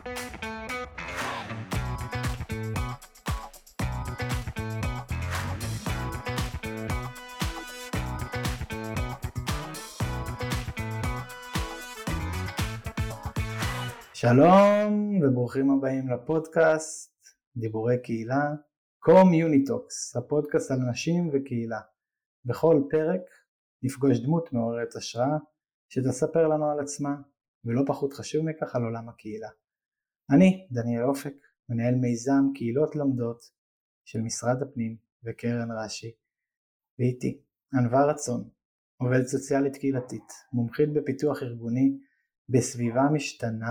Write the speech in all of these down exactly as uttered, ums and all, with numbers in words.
שלום וברוכים הבאים לפודקאסט דיבורי קהילה קומיוניטוקס, הפודקאסט על נשים וקהילה. בכל פרק נפגוש דמות מעוררת השראה שתספר לנו על עצמה, ולא פחות חשוב מכך על עולם הקהילה. אני דניאל אופק, מנהל מיזם קהילות לומדות של משרד הפנים וקרן רש"י, ואיתי ענווה רצון, עובדת סוציאלית קהילתית, מומחית בפיתוח ארגוני בסביבה משתנה,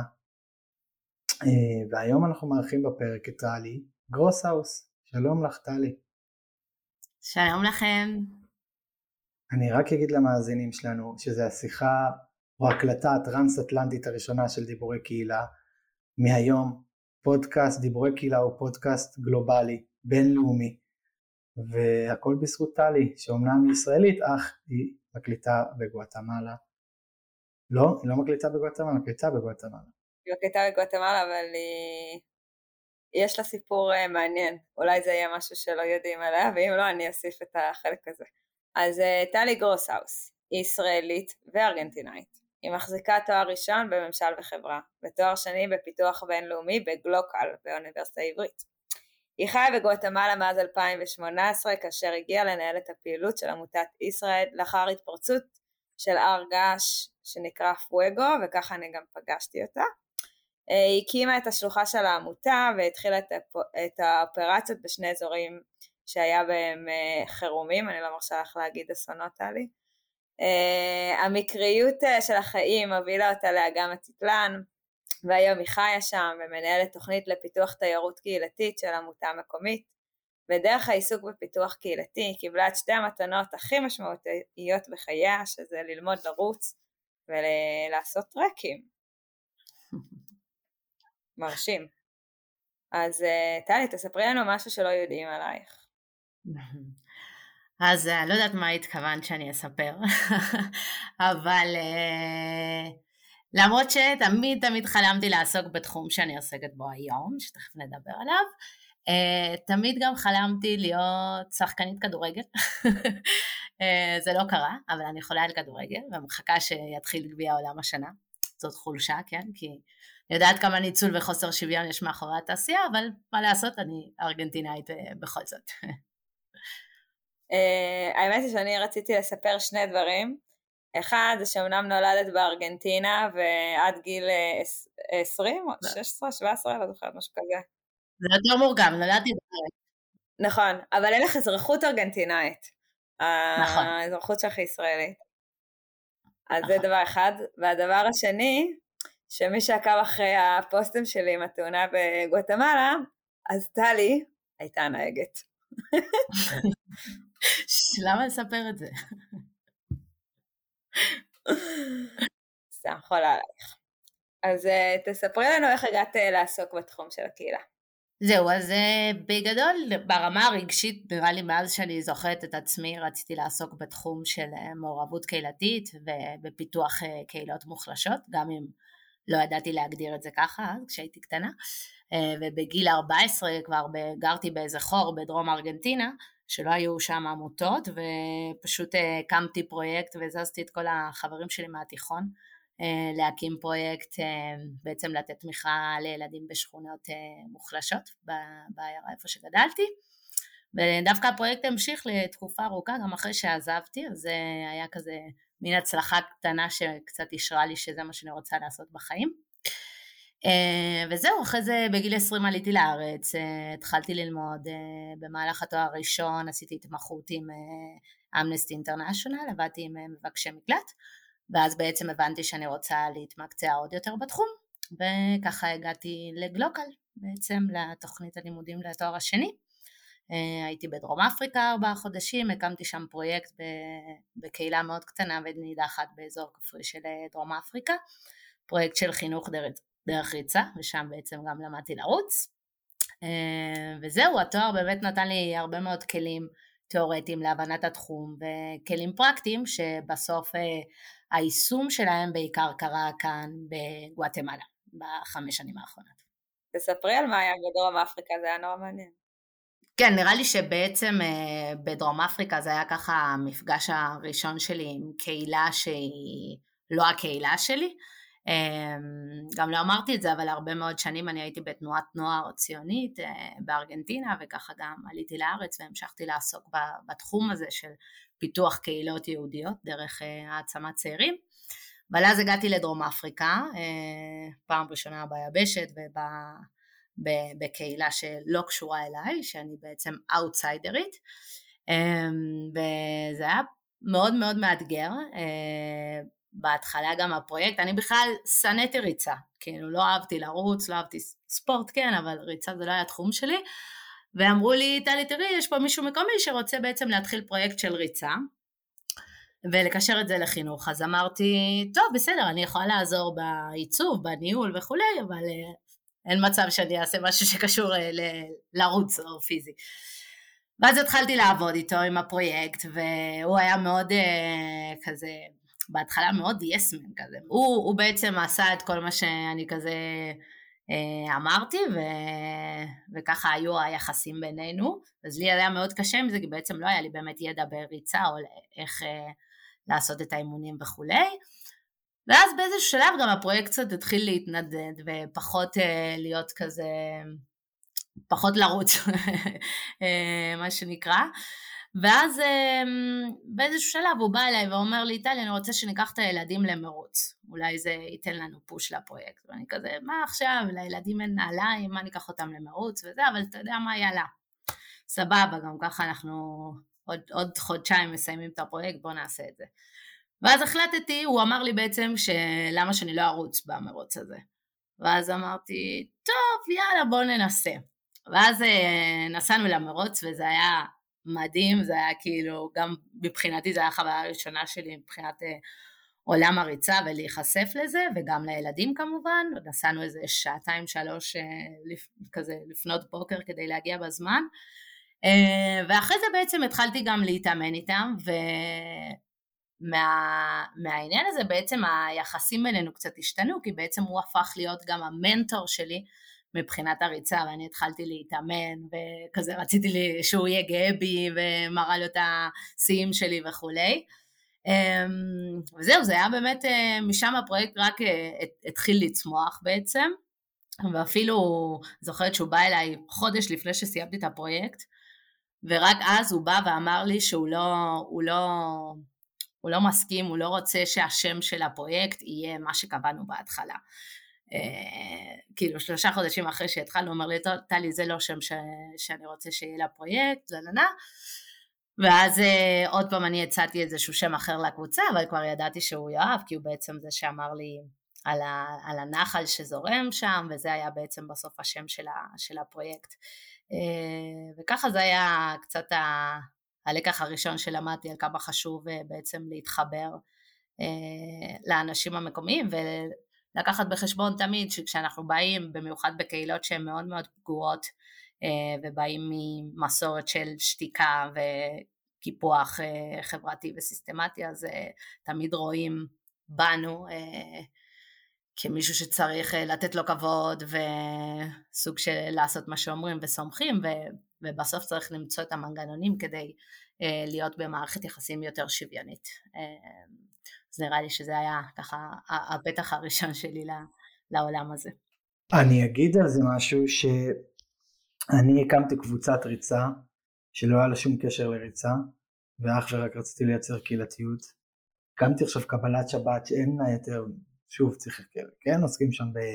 והיום אנחנו מארחים בפרק את טלי גרוסהאוס. שלום לך טלי. שלום לכם. אני רק אגיד למאזינים שלנו שזה השיחה או הקלטה הטרנס-אטלנטית הראשונה של דיבורי קהילה. מהיום פודקאסט דיבורי קהילה הוא פודקאסט גלובלי, בינלאומי, והכל בזכות טלי, שאומנם היא ישראלית אך היא מקליטה בגואטמלה. לא, היא לא מקליטה בגואטמלה, מקליטה בגואטמלה. היא מקליטה בגואטמלה, אבל היא... יש לה סיפור מעניין, אולי זה יהיה משהו שלא יודעים עליה, ואם לא אני אוסיף את החלק הזה. אז טלי גרוסהאוס היא ישראלית וארגנטינאית, היא מחזיקה תואר ראשון בממשל וחברה, ותואר שני בפיתוח בינלאומי בגלוקל באוניברסיטה העברית. היא חיה בגואטמלה מאז אלפיים שמונה עשרה, כאשר הגיעה לנהל את הפעילות של עמותת ישראל, לאחר התפרצות של הר געש שנקרא פואגו, וככה אני גם פגשתי אותה. היא הקימה את השלוחה של העמותה והתחילה את האופרציות בשני אזורים שהיה בהם חירומים, אני לא מרשה לך להגיד אסונות טלי. המקריות של החיים הובילה אותה לאגם הציפלן, והיום היא חיה שם ומנהלת תוכנית לפיתוח תיירות קהילתית של עמותה מקומית, ודרך העיסוק בפיתוח קהילתי היא קיבלה את שתי המתנות הכי משמעותיות בחייה, שזה ללמוד לרוץ ולעשות טרקים. מרשים. אז טלי, תספרי לנו משהו שלא יודעים עלייך. אז אני לא יודעת מה התכוונת שאני אספר, אבל למרות שתמיד תמיד חלמתי לעסוק בתחום שאני עוסקת בו היום, שתכף נדבר עליו, תמיד גם חלמתי להיות שחקנית כדורגל. זה לא קרה, אבל אני יכולה על כדורגל, ומחכה שיתחיל גביע העולם השנה. זאת חולשה, כן? כי אני יודעת כמה ניצול וחוסר שוויון יש מאחורי התעשייה, אבל מה לעשות, אני ארגנטינאית בכל זאת. האמת היא שאני רציתי לספר שני דברים. אחד, זה שאומנם נולדת בארגנטינה, ועד גיל עשרים, שש עשרה, שבע עשרה, לא זוכרת משהו כזה. זה יותר מורכב, נולדתי בארץ. נכון, אבל אין לך אזרחות ארגנטינאית. נכון. האזרחות שלך ישראלית. אז זה דבר אחד. והדבר השני, שמי שעקב אחרי הפוסטים שלי עם התאונה בגואטמלה, אז טלי הייתה נהגת. למה לספר את זה? סתם חולה עלייך. אז תספרי לנו איך הגעת לעסוק בתחום של הקהילה. זהו, אז בגדול, ברמה הרגשית, נראה לי מאז שאני זוכרת את עצמי, רציתי לעסוק בתחום של מעורבות קהילתית ובפיתוח קהילות מוחלשות, גם אם לא ידעתי להגדיר את זה ככה, אז כשהייתי קטנה, ובגיל ארבע עשרה כבר גרתי באיזה חור בדרום ארגנטינה, שלא היו שם עמותות, ופשוט הקמתי פרויקט והזזתי את כל החברים שלי מהתיכון, להקים פרויקט, בעצם לתת תמיכה לילדים בשכונות מוחלשות, בעיירה איפה שגדלתי, ודווקא הפרויקט המשיך לתקופה ארוכה, גם אחרי שעזבתי, אז זה היה כזה מין הצלחה קטנה שקצת ישרה לי שזה מה שאני רוצה לעשות בחיים. וזהו, אחרי זה בגיל עשרים עליתי לארץ, התחלתי ללמוד, במהלך התואר הראשון עשיתי התמחות עם אמנסטי אינטרנשיונל, עבדתי עם מבקשי מקלט, ואז בעצם הבנתי שאני רוצה להתמקצע עוד יותר בתחום, וככה הגעתי לגלוקל, בעצם לתוכנית הלימודים לתואר השני. הייתי בדרום אפריקה ארבעה חודשים, הקמתי שם פרויקט בקהילה מאוד קטנה ונידחת באזור כפרי של דרום אפריקה, פרויקט של חינוך דרך ריצה, ושם בעצם גם למדתי לרוץ, וזהו, התואר באמת נתן לי הרבה מאוד כלים תיאורטיים להבנת התחום, וכלים פרקטיים שבסוף היישום שלהם בעיקר קרה כאן בגואטמלה, בחמש שנים האחרונות. תספרי על מה היה בדרום אפריקה, זה היה נורא מעניין. כן, נראה לי שבעצם בדרום אפריקה זה היה ככה המפגש הראשון שלי עם קהילה שהיא לא הקהילה שלי, גם לא אמרתי את זה, אבל הרבה מאוד שנים אני הייתי בתנועת נוער ציונית בארגנטינה, וככה גם עליתי לארץ והמשכתי לעסוק בתחום הזה של פיתוח קהילות יהודיות דרך העצמת צעירים, אבל אז הגעתי לדרום אפריקה, פעם ראשונה ביבשת ובקהילה שלא קשורה אליי, שאני בעצם אאוטסיידרית, וזה היה מאוד מאוד מאתגר. בהתחלה גם הפרויקט, אני בכלל סנתי ריצה, כאילו לא אהבתי לרוץ, לא אהבתי ספורט כן, אבל ריצה זה לא היה תחום שלי, ואמרו לי, טלי תראי, יש פה מישהו מקומי שרוצה בעצם להתחיל פרויקט של ריצה, ולקשר את זה לחינוך, אז אמרתי, טוב בסדר, אני יכולה לעזור בעיצוב, בניהול וכו', אבל אין מצב שאני אעשה משהו שקשור ל- לרוץ או פיזי. ואז התחלתי לעבוד איתו עם הפרויקט, והוא היה מאוד כזה, בהתחלה מאוד יסמן כזה, הוא, הוא בעצם עשה את כל מה שאני כזה אמרתי, ו... וככה היו היחסים בינינו, אז לי היה מאוד קשה עם זה, כי בעצם לא היה לי באמת ידע בריצה, או איך לעשות את האימונים וכו'. ואז באיזשהו שלב גם הפרויקט קצת התחיל להתנדד, ופחות להיות כזה, פחות לרוץ, מה שנקרא, ואז באיזשהו שלב הוא בא אליי ואומר לי, טלי, אני רוצה שניקח את הילדים למרוץ, אולי זה ייתן לנו פוש לפרויקט, ואני כזה, מה עכשיו, לילדים אין נעליים, מה ניקח אותם למרוץ וזה, אבל אתה יודע מה, יאללה, סבבה, גם ככה אנחנו עוד, עוד חודשיים מסיימים את הפרויקט, בוא נעשה את זה. ואז החלטתי, הוא אמר לי בעצם, שלמה שאני לא ארוץ במרוץ הזה, ואז אמרתי, טוב, יאללה, בוא ננסה. ואז נסענו למרוץ, וזה היה מדהים, זה היה כאילו, גם מבחינתי זה היה החוויה הראשונה שלי, מבחינת עולם הריצה ולהיחשף לזה, וגם לילדים כמובן, נסענו איזה שעתיים שלוש כזה לפנות בוקר כדי להגיע בזמן, ואחרי זה בעצם התחלתי גם להתאמן איתם, ומהעניין הזה בעצם היחסים בינינו קצת השתנו, כי בעצם הוא הפך להיות גם המנטור שלי, מבחינת הריצה, ואני התחלתי להתאמן, וכזה רציתי לי שהוא יהיה גאה בי, ומראה לו את השיאים שלי וכולי, וזהו, זה היה באמת, משם הפרויקט רק התחיל לצמוח בעצם, ואפילו זוכרת שהוא בא אליי חודש לפני שסיימתי את הפרויקט, ורק אז הוא בא ואמר לי שהוא לא, הוא לא, הוא לא מסכים, הוא לא רוצה שהשם של הפרויקט יהיה מה שקבענו בהתחלה, כאילו שלושה חודשים אחרי שהתחלנו, הוא אומר לי, טלי, זה לא שם ש... שאני רוצה שיהיה לפרויקט, זה ננה, ואז עוד פעם אני הצעתי איזשהו שם אחר לקבוצה, אבל כבר ידעתי שהוא יאהב, כי הוא בעצם זה שאמר לי על, ה... על הנחל שזורם שם, וזה היה בעצם בסוף השם של, ה... של הפרויקט, וככה זה היה קצת ה... הלקח הראשון שלמדתי, על כמה חשוב בעצם להתחבר לאנשים המקומיים, ו... לקחת בחשבון תמיד שכשאנחנו באים, במיוחד בקהילות שהן מאוד מאוד פגועות, ובאים ממסורת של שתיקה וקיפוח חברתי וסיסטמטי, אז תמיד רואים בנו כמישהו שצריך לתת לו כבוד, וסוג של לעשות מה שאומרים וסומכים, ובסוף צריך למצוא את המנגנונים כדי להיות במערכת יחסים יותר שוויונית. אז נראה לי שזה היה ככה הפתח הראשון שלי לעולם הזה. אני אגיד על זה משהו, שאני הקמתי קבוצת ריצה, שלא היה לה שום קשר לריצה, ואך ורק רציתי לייצר קהילתיות. הקמתי עכשיו קבלת שבת שאין לה יותר, שוב צריך לקבל, כן? עוסקים שם ב...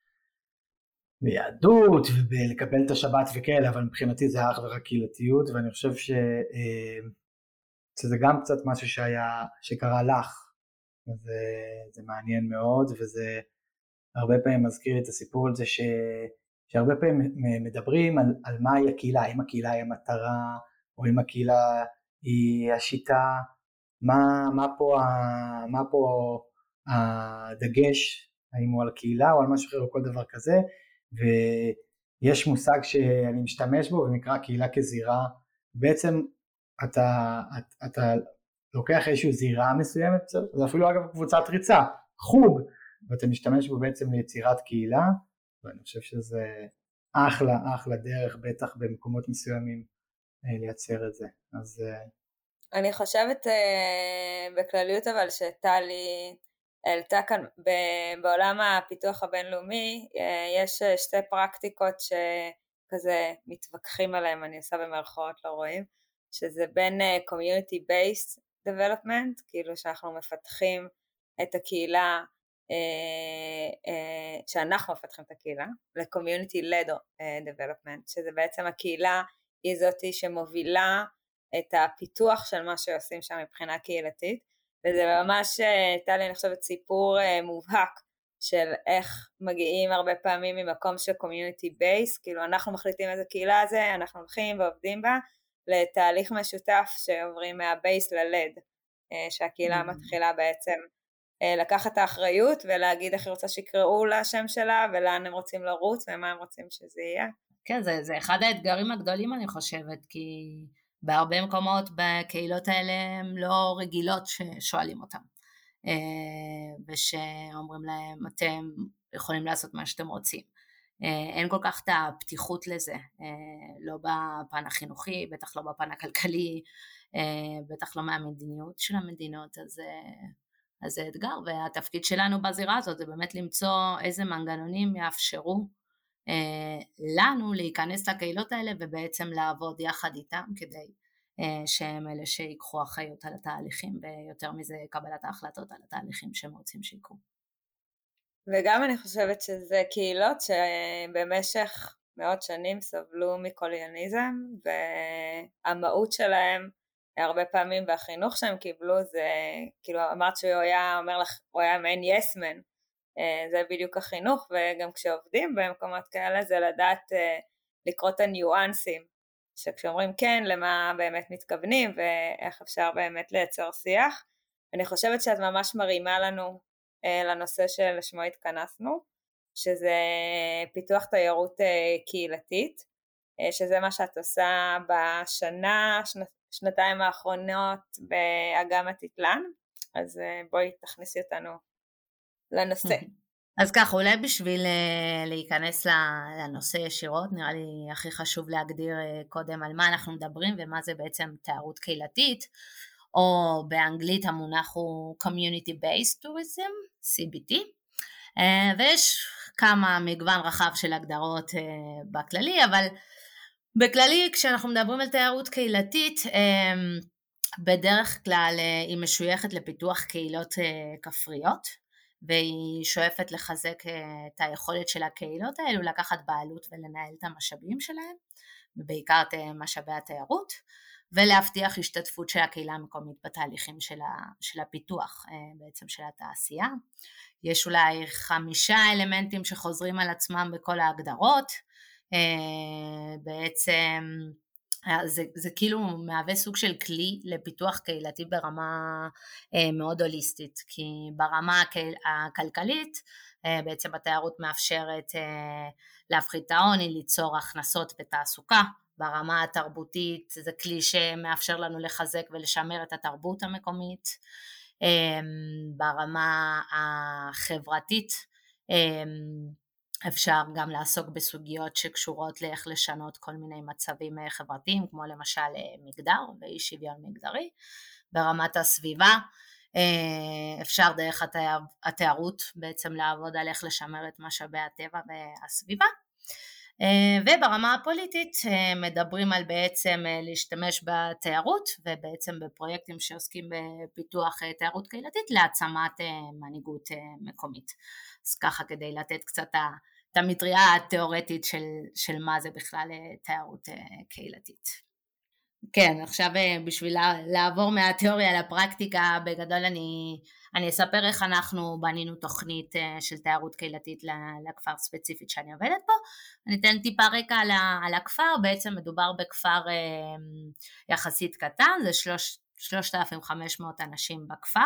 ביהדות ובלקבל את השבת וכאלה, אבל מבחינתי זה אך ורק קהילתיות, ואני חושב ש... שזה גם קצת משהו שהיה, שקרה לך, וזה, זה מעניין מאוד, וזה הרבה פעמים מזכיר את הסיפור על זה, ש, שהרבה פעמים מדברים על, על מהי הקהילה, אם הקהילה היא המטרה, או אם הקהילה היא השיטה, מה, מה פה, מה פה הדגש, האם הוא על הקהילה או על משהו אחר או כל דבר כזה, ויש מושג שאני משתמש בו, ונקרא קהילה כזירה, בעצם אתה, אתה, אתה לוקח איזושהי זירה מסוימת, זה אפילו אגב קבוצת ריצה, חוג, ואתה משתמש בו בעצם ליצירת קהילה, ואני חושב שזה אחלה, אחלה דרך, בטח במקומות מסוימים לייצר את זה. אז אני חושבת בכלליות אבל שטלי העלתה כאן, בעולם הפיתוח הבינלאומי יש שתי פרקטיקות שכזה מתווכחים עליהם, אני עושה במרכאות, לא רואים, שזה בין community based development, כאילו שאנחנו מפתחים את הקהילה, שאנחנו מפתחים את הקהילה, ל-community led development, שזה בעצם הקהילה היא זאתי שמובילה את הפיתוח של מה שעושים שם מבחינה קהילתית, וזה ממש, טלי, אני חושבת סיפור מובהק של איך מגיעים הרבה פעמים ממקום של community base, כאילו אנחנו מחליטים איזה קהילה זה, אנחנו הולכים ועובדים בה, לתהליך משותף שעוברים מהבייס ללד, שהקהילה mm-hmm. מתחילה בעצם לקחת את האחריות ולהגיד איך היא רוצה שיקראו לשם שלה ולאן הם רוצים לרוץ ומה הם רוצים שזה יהיה. כן, זה, זה אחד האתגרים הגדולים אני חושבת, כי בהרבה מקומות בקהילות האלה הם לא רגילות ששואלים אותם, ושאומרים להם אתם יכולים לעשות מה שאתם רוצים. אין כל כך את הפתיחות לזה, לא בפן החינוכי, בטח לא בפן הכלכלי, בטח לא מהמדיניות של המדינות, אז, אז זה אתגר, והתפקיד שלנו בזירה הזאת זה באמת למצוא איזה מנגנונים יאפשרו לנו להיכנס לקהילות האלה ובעצם לעבוד יחד איתם כדי שהם אלה שיקחו אחריות על התהליכים, ויותר מזה קבלת ההחלטות על התהליכים שהם רוצים שיקרו. וגם אני חושבת שזה קהילות שבמשך מאות שנים סבלו מקולוניאליזם, והמהות שלהם הרבה פעמים בחינוך שהם קיבלו זה, כאילו אמרת שהוא היה אומר לך, הוא היה מעין יסמן, זה בדיוק החינוך, וגם כשעובדים במקומות כאלה זה לדעת לקרוא את הניואנסים, שכשאומרים כן למה באמת מתכוונים ואיך אפשר באמת לייצר שיח. אני חושבת שאת ממש מרימה לנו לנושא שלשמו התכנסנו, שזה פיתוח תיירות קהילתית, שזה מה שאת עושה בשנה, שנתיים האחרונות באגם התתלן, אז בואי תכניסי אותנו לנושא. אז ככה, אולי בשביל להיכנס לנושא ישירות, נראה לי הכי חשוב להגדיר קודם על מה אנחנו מדברים ומה זה בעצם תיירות קהילתית, או באנגלית המונח הוא Community Based Tourism, סי בי טי, ויש כמה מגוון רחב של הגדרות בכללי, אבל בכללי כשאנחנו מדברים על תיירות קהילתית, בדרך כלל היא משויכת לפיתוח קהילות כפריות, והיא שואפת לחזק את היכולת של הקהילות האלו, לקחת בעלות ולנהל את המשאבים שלהם, ובעיקר את משאבי התיירות, ולהבטיח השתתפות של הקהילה המקומית בתהליכים של, ה, של הפיתוח, בעצם של התעשייה. יש אולי חמישה אלמנטים שחוזרים על עצמם בכל ההגדרות, בעצם זה, זה כאילו מהווה סוג של כלי לפיתוח קהילתי ברמה מאוד הוליסטית, כי ברמה הכלכלית בעצם התיירות מאפשרת להפחית את העוני, ליצור הכנסות ותעסוקה. ברמה התרבותית זה כלי שמאפשר לנו לחזק ולשמר את התרבות המקומית. ברמה החברתית אפשר גם לעסוק בסוגיות שקשורות לאיך לשנות כל מיני מצבים חברתיים, כמו למשל מגדר ואי שוויון מגדרי. ברמת הסביבה אפשר דרך התיירות בעצם לעבוד על איך לשמר את משאבי הטבע והסביבה. וברמה הפוליטית מדברים על בעצם להשתמש בתיירות, ובעצם בפרויקטים שעוסקים בפיתוח תיירות קהילתית להעצמת מנהיגות מקומית. אז ככה כדי לתת קצת את המטריה התיאורטית של, של מה זה בכלל תיירות קהילתית. כן, עכשיו בשביל לעבור מהתיאוריה לפרקטיקה, בגדול אני, אני אספר איך אנחנו בנינו תוכנית של תיירות קהילתית לכפר ספציפית שאני עובדת פה. אני אתן טיפה רקע על, על הכפר, בעצם מדובר בכפר יחסית קטן, זה שלושת אלפים וחמש מאות אנשים בכפר,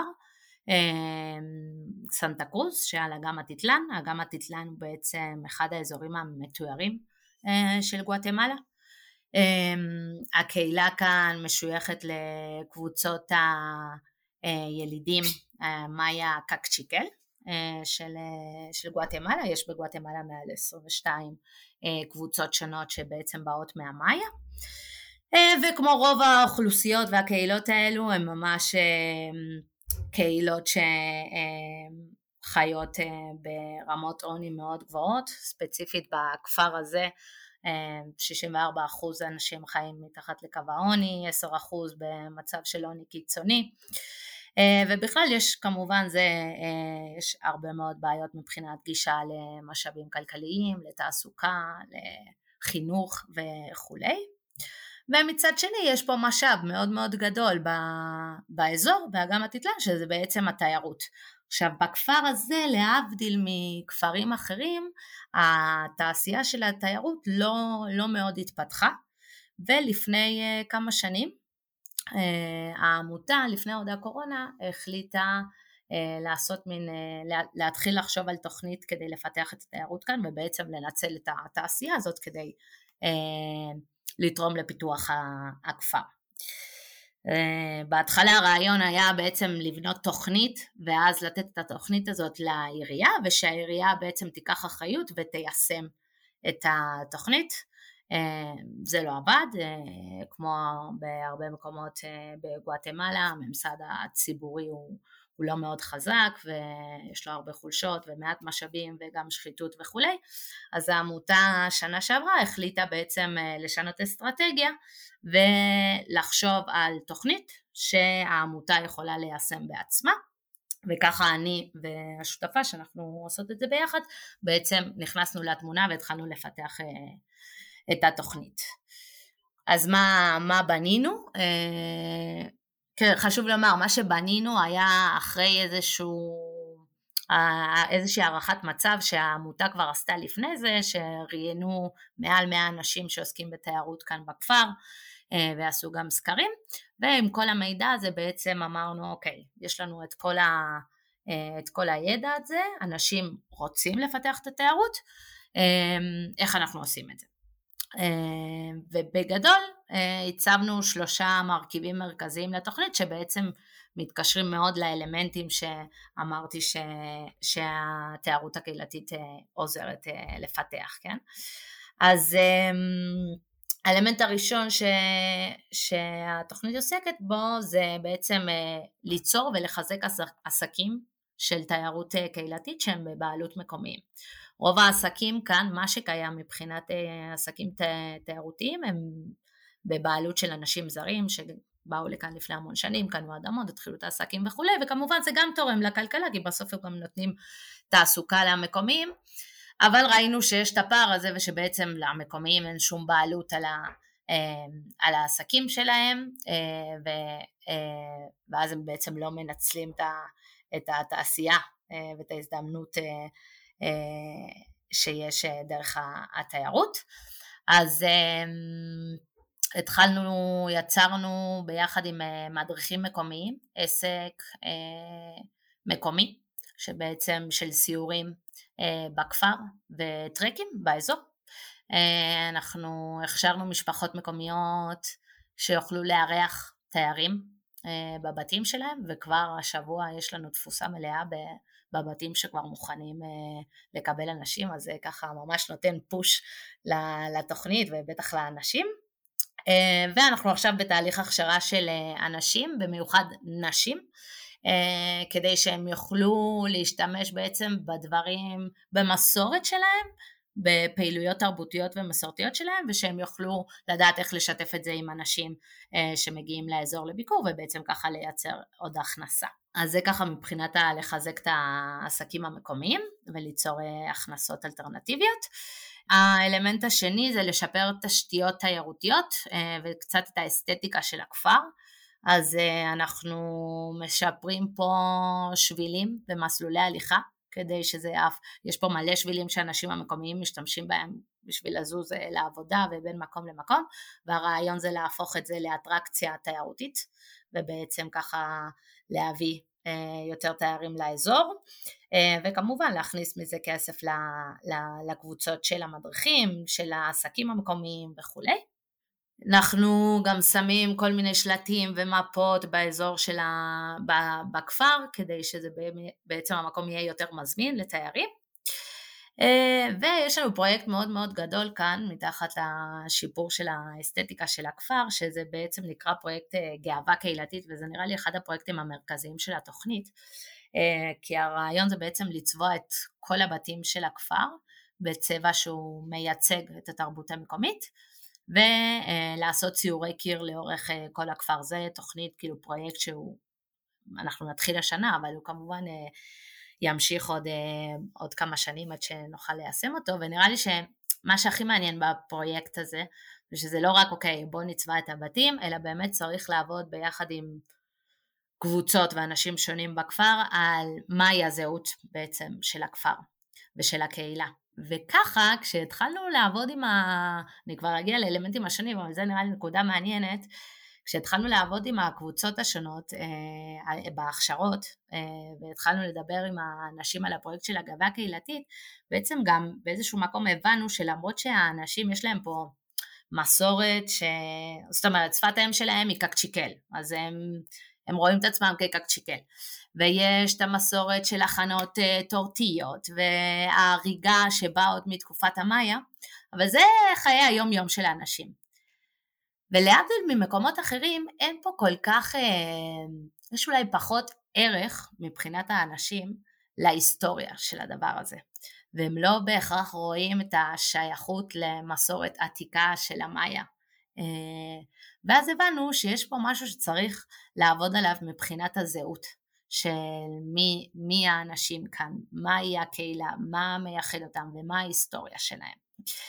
סנטה קרוז שעל אגם התתלן. אגם התתלן הוא בעצם אחד האזורים המתוארים של גואטמלה. הקהילה כאן משויכת לקבוצות הילידים מאיה קקצ'יקל, של, של גואטמלה, יש בגואטמלה מעל עשרים ושתיים קבוצות שונות שבעצם באות מהמאיה, וכמו רוב האוכלוסיות והקהילות האלו הם ממש קהילות שחיות ברמות עוני מאוד גבוהות, ספציפית בכפר הזה שישים וארבעה אחוז אנשים חיים מתחת לקו העוני, עשרה אחוז במצב של עוני קיצוני, ובכלל יש כמובן זה, יש הרבה מאוד בעיות מבחינת גישה למשאבים כלכליים, לתעסוקה, לחינוך וכולי. ומצד שני יש פה משאב מאוד מאוד גדול באזור, באגם התתלן, שזה בעצם התיירות. עכשיו בכפר הזה, להבדיל מכפרים אחרים, התעשייה של התיירות לא, לא מאוד התפתחה, ולפני uh, כמה שנים, uh, העמותה לפני עוד הקורונה החליטה uh, לעשות מין, uh, להתחיל לחשוב על תוכנית כדי לפתח את התיירות כאן, ובעצם לנצל את התעשייה הזאת כדי uh, לתרום לפיתוח הכפר. Uh, בהתחלה הרעיון היה בעצם לבנות תוכנית ואז לתת את התוכנית הזאת לעירייה, ושהעירייה בעצם תיקח אחריות ותיישם את התוכנית. uh, זה לא עבד, uh, כמו בהרבה מקומות uh, בגואטמלה, הממסד הציבורי הוא, הוא לא מאוד חזק ויש לו הרבה חולשות ומעט משאבים וגם שחיתות וכולי, אז העמותה שנה שעברה החליטה בעצם uh, לשנות אסטרטגיה ולחשוב על תוכנית שהעמותה יכולה ליישם בעצמה, וככה אני והשותפה שאנחנו עושות את זה ביחד, בעצם נכנסנו לתמונה והתחלנו לפתח את התוכנית. אז מה, מה בנינו? חשוב לומר, מה שבנינו היה אחרי איזשהו, איזושהי הערכת מצב שהעמותה כבר עשתה לפני זה, שראיינו מעל מאה אנשים שעוסקים בתיירות כאן בכפר, ועשו גם סקרים, ועם כל המידע הזה בעצם אמרנו, אוקיי, יש לנו את כל, ה, את כל הידע הזה, אנשים רוצים לפתח את התיירות, איך אנחנו עושים את זה? ובגדול הצבנו שלושה מרכיבים מרכזיים לתוכנית, שבעצם מתקשרים מאוד לאלמנטים שאמרתי ש, שהתיירות הקהילתית עוזרת לפתח, כן? אז האלמנט הראשון ש... שהתוכנית עוסקת בו זה בעצם ליצור ולחזק עסקים של תיירות קהילתית שהם בבעלות מקומיים. רוב העסקים כאן, מה שקיים מבחינת עסקים תיירותיים, הם בבעלות של אנשים זרים שבאו לכאן לפני המון שנים, קנו אדמות, התחילו את העסקים וכו', וכמובן זה גם תורם לכלכלה, כי בסוף הם גם נותנים תעסוקה למקומיים, אבל ראינו שיש את הפער הזה ושבעצם למקומיים אין שום בעלות על, ה, על העסקים שלהם, ואז הם בעצם לא מנצלים את התעשייה ואת ההזדמנות שיש דרך התיירות. אז התחלנו, יצרנו ביחד עם מדריכים מקומיים, עסק מקומי, שבעצם של סיורים בכפר וטרקים באזור. אנחנו הכשרנו משפחות מקומיות שיוכלו לארח תיירים בבתים שלהם, וכבר השבוע יש לנו תפוסה מלאה בבתים שכבר מוכנים לקבל אנשים, אז זה ככה ממש נותן פוש לתוכנית ובטח לאנשים. ואנחנו עכשיו בתהליך הכשרה של אנשים, במיוחד נשים, כדי שהם יוכלו להשתמש בעצם בדברים, במסורת שלהם, בפעילויות תרבותיות ומסורתיות שלהם, ושהם יוכלו לדעת איך לשתף את זה עם אנשים שמגיעים לאזור לביקור, ובעצם ככה לייצר עוד הכנסה. אז זה ככה מבחינת לחזק את העסקים המקומיים, וליצור הכנסות אלטרנטיביות. האלמנט השני זה לשפר תשתיות תיירותיות, וקצת את האסתטיקה של הכפר. אז אנחנו משפרים פה שבילים ומסלולי הליכה, כדי שזה אף, יש פה מלא שבילים שאנשים המקומיים משתמשים בהם בשביל לזוז לעבודה ובין מקום למקום, והרעיון זה להפוך את זה לאטרקציה תיירותית, ובעצם ככה להביא יותר תיירים לאזור, וכמובן להכניס מזה כסף לקבוצות של המדריכים, של העסקים המקומיים וכו'. אנחנו גם שמים כל מיני שלטים ומפות באזור של ה... בכפר, כדי שזה בעצם המקום יהיה יותר מזמין לתיירים. ויש לנו פרויקט מאוד מאוד גדול כאן, מתחת לשיפור של האסתטיקה של הכפר, שזה בעצם נקרא פרויקט גאווה קהילתית, וזה נראה לי אחד הפרויקטים המרכזיים של התוכנית, כי הרעיון זה בעצם לצבוע את כל הבתים של הכפר, בצבע שהוא מייצג את התרבות המקומית, ולעשות ציורי קיר לאורך כל הכפר. זה תוכנית, כאילו פרויקט שהוא, אנחנו נתחיל השנה, אבל הוא כמובן ימשיך עוד, עוד כמה שנים עד שנוכל ליישם אותו, ונראה לי שמה שהכי מעניין בפרויקט הזה, זה שזה לא רק, אוקיי, בוא נצבע את הבתים, אלא באמת צריך לעבוד ביחד עם קבוצות ואנשים שונים בכפר, על מהי הזהות בעצם של הכפר ושל הקהילה. וככה, כשהתחלנו לעבוד עם ה... אני כבר אגיע לאלמנטים השונים, אבל זה נראה לי נקודה מעניינת, כשהתחלנו לעבוד עם הקבוצות השונות אה, בהכשרות, אה, והתחלנו לדבר עם האנשים על הפרויקט של הגאווה הקהילתית, בעצם גם באיזשהו מקום הבנו שלמרות שהאנשים יש להם פה מסורת, ש... זאת אומרת, שפת האם שלהם היא קקצ'יקל, אז הם, הם רואים את עצמם כקקצ'יקל. ויש את המסורת של הכנות טורטיות, וההריגה שבאה עוד מתקופת המאיה, אבל זה חיי היום יום של האנשים. ולהבדיל ממקומות אחרים, אין פה כל כך, יש אולי פחות ערך מבחינת האנשים להיסטוריה של הדבר הזה. והם לא בהכרח רואים את השייכות למסורת עתיקה של המאיה. ואז הבנו שיש פה משהו שצריך לעבוד עליו מבחינת הזהות. של מי, מי האנשים כאן, מהי הקהילה, מה מייחד אותם ומה ההיסטוריה שלהם.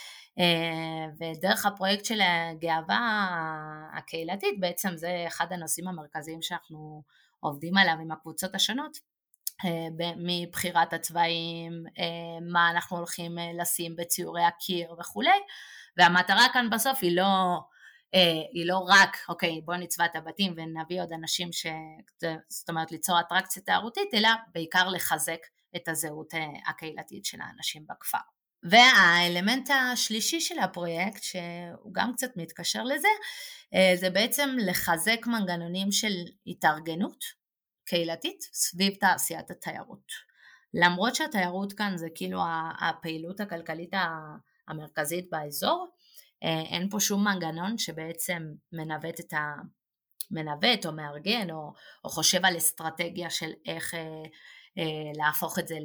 ודרך הפרויקט של הגאווה הקהילתית, בעצם זה אחד הנושאים המרכזיים שאנחנו עובדים עליו עם הקבוצות השונות, מבחירת הצבעים, מה אנחנו הולכים לשים בציורי הקיר וכו'. והמטרה כאן בסוף היא לא... היא לא רק, אוקיי, בוא נצבע את הבתים ונביא עוד אנשים, ש... זאת אומרת ליצור אטרקציה תיירותית, אלא בעיקר לחזק את הזהות הקהילתית של האנשים בכפר. והאלמנט השלישי של הפרויקט, שהוא גם קצת מתקשר לזה, זה בעצם לחזק מנגנונים של התארגנות קהילתית סביב תעשיית התיירות. למרות שהתיירות כאן זה כאילו הפעילות הכלכלית המרכזית באזור, אין פה שום מנגנון שבעצם מנווט את ה... מנווט או מארגן או, או חושב על אסטרטגיה של איך אה, אה, להפוך את זה